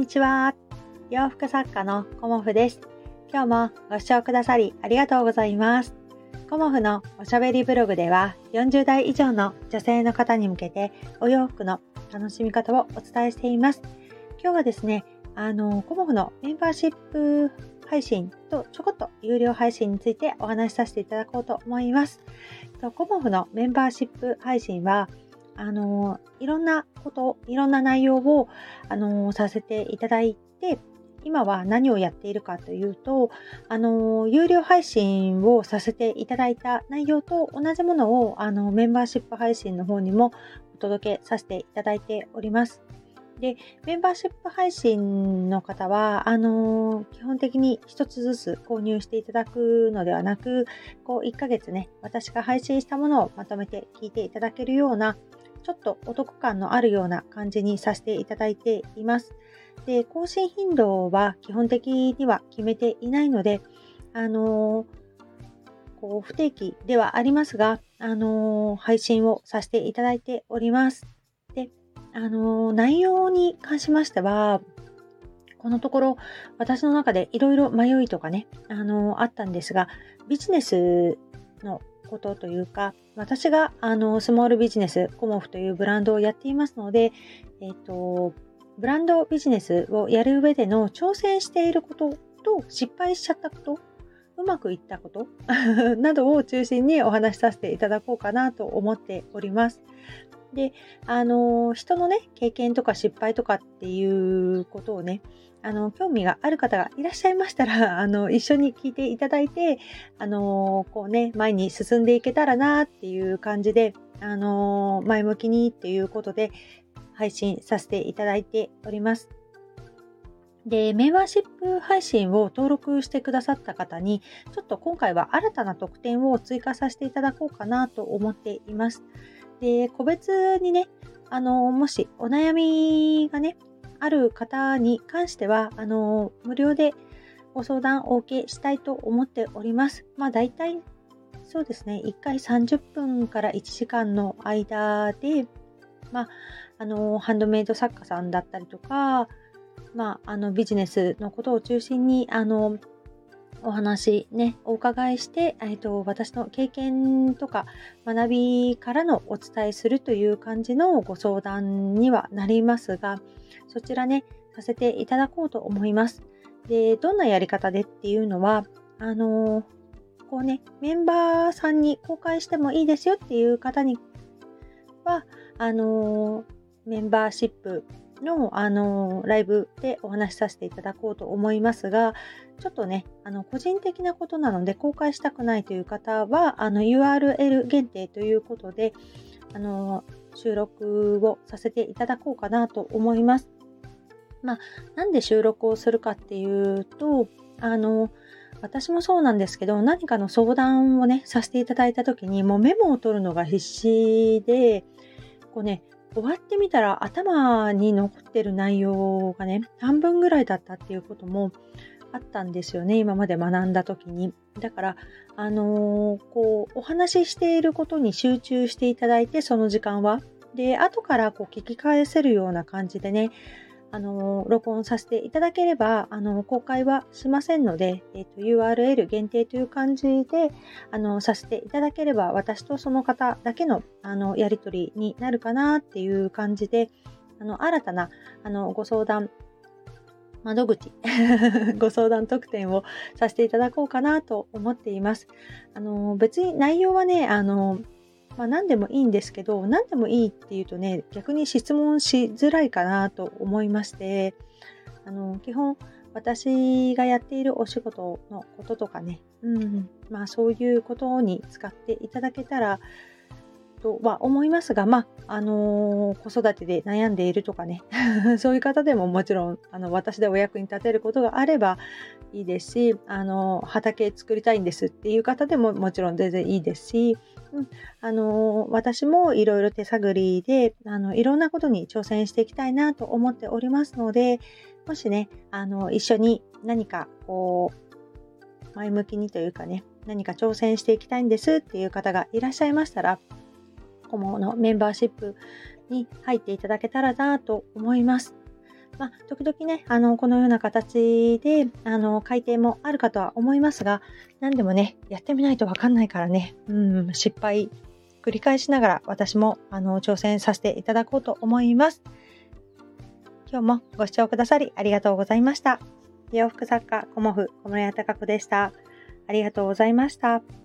にちは。洋服作家のコモフです。今日もご視聴くださりありがとうございます。コモフのおしゃべりブログでは40代以上の女性の方に向けてお洋服の楽しみ方をお伝えしています。今日はですね、コモフのメンバーシップ配信とちょこっと有料配信についてお話しさせていただこうと思います。コモフのメンバーシップ配信はいろんなこと、いろんな内容を、させていただいて、今は何をやっているかというと、有料配信をさせていただいた内容と同じものを、メンバーシップ配信の方にもお届けさせていただいております。で、メンバーシップ配信の方は、基本的に一つずつ購入していただくのではなく、1ヶ月ね、私が配信したものをまとめて聞いていただけるような、ちょっとお得感のあるような感じにさせていただいています。で、更新頻度は基本的には決めていないので、不定期ではありますが、配信をさせていただいております。で、内容に関しましては、このところ私の中でいろいろ迷いとかね、あったんですが、ビジネスのことというか、私がスモールビジネスコモフというブランドをやっていますので、ブランドビジネスをやる上での挑戦していることと失敗しちゃったこと、うまくいったことなどを中心にお話しさせていただこうかなと思っております。で、人のね、経験とか失敗とかっていうことをね、興味がある方がいらっしゃいましたら、一緒に聞いていただいて、前に進んでいけたらなっていう感じで、前向きにっていうことで配信させていただいております。で、メンバーシップ配信を登録してくださった方に、ちょっと今回は新たな特典を追加させていただこうかなと思っています。で、個別にね、もしお悩みがね、ある方に関しては、無料でご相談をお受けしたいと思っております。大体、そうですね、1回30分から1時間の間で、ハンドメイド作家さんだったりとか、ビジネスのことを中心に、お話ね、お伺いして、私の経験とか学びからのお伝えするという感じのご相談にはなりますが、そちらね、させていただこうと思います。で、どんなやり方でっていうのは、メンバーさんに公開してもいいですよっていう方には、メンバーシップの、ライブでお話しさせていただこうと思いますが、ちょっとね、個人的なことなので公開したくないという方は、URL 限定ということで、収録をさせていただこうかなと思います。なんで収録をするかっていうと、私もそうなんですけど、何かの相談をね、させていただいたときに、もうメモを取るのが必死で、終わってみたら頭に残ってる内容がね、半分ぐらいだったっていうこともあったんですよね、今まで学んだ時に。だから、お話ししていることに集中していただいて、その時間は。で、後から聞き返せるような感じでね、録音させていただければ、公開はしませんので、URL 限定という感じで、させていただければ、私とその方だけの、やり取りになるかなっていう感じで、新たな、ご相談、窓口、ご相談特典をさせていただこうかなと思っています。別に内容はね、何でもいいんですけど、何でもいいっていうとね、逆に質問しづらいかなと思いまして、基本私がやっているお仕事のこととかね、そういうことに使っていただけたらとは思いますが、子育てで悩んでいるとかね、そういう方でももちろん私でお役に立てることがあればいいですし、畑作りたいんですっていう方でももちろん全然いいですし、私もいろいろ手探りでいろんなことに挑戦していきたいなと思っておりますので、もしね一緒に何か前向きにというかね、何か挑戦していきたいんですっていう方がいらっしゃいましたら、コモのメンバーシップに入っていただけたらなと思います。 時々ね、このような形で、改訂もあるかとは思いますが、何でもね、やってみないとわかんないからね、失敗繰り返しながら私も、挑戦させていただこうと思います。今日もご視聴くださりありがとうございました。洋服作家、コモフ、小室屋貴子でした。ありがとうございました。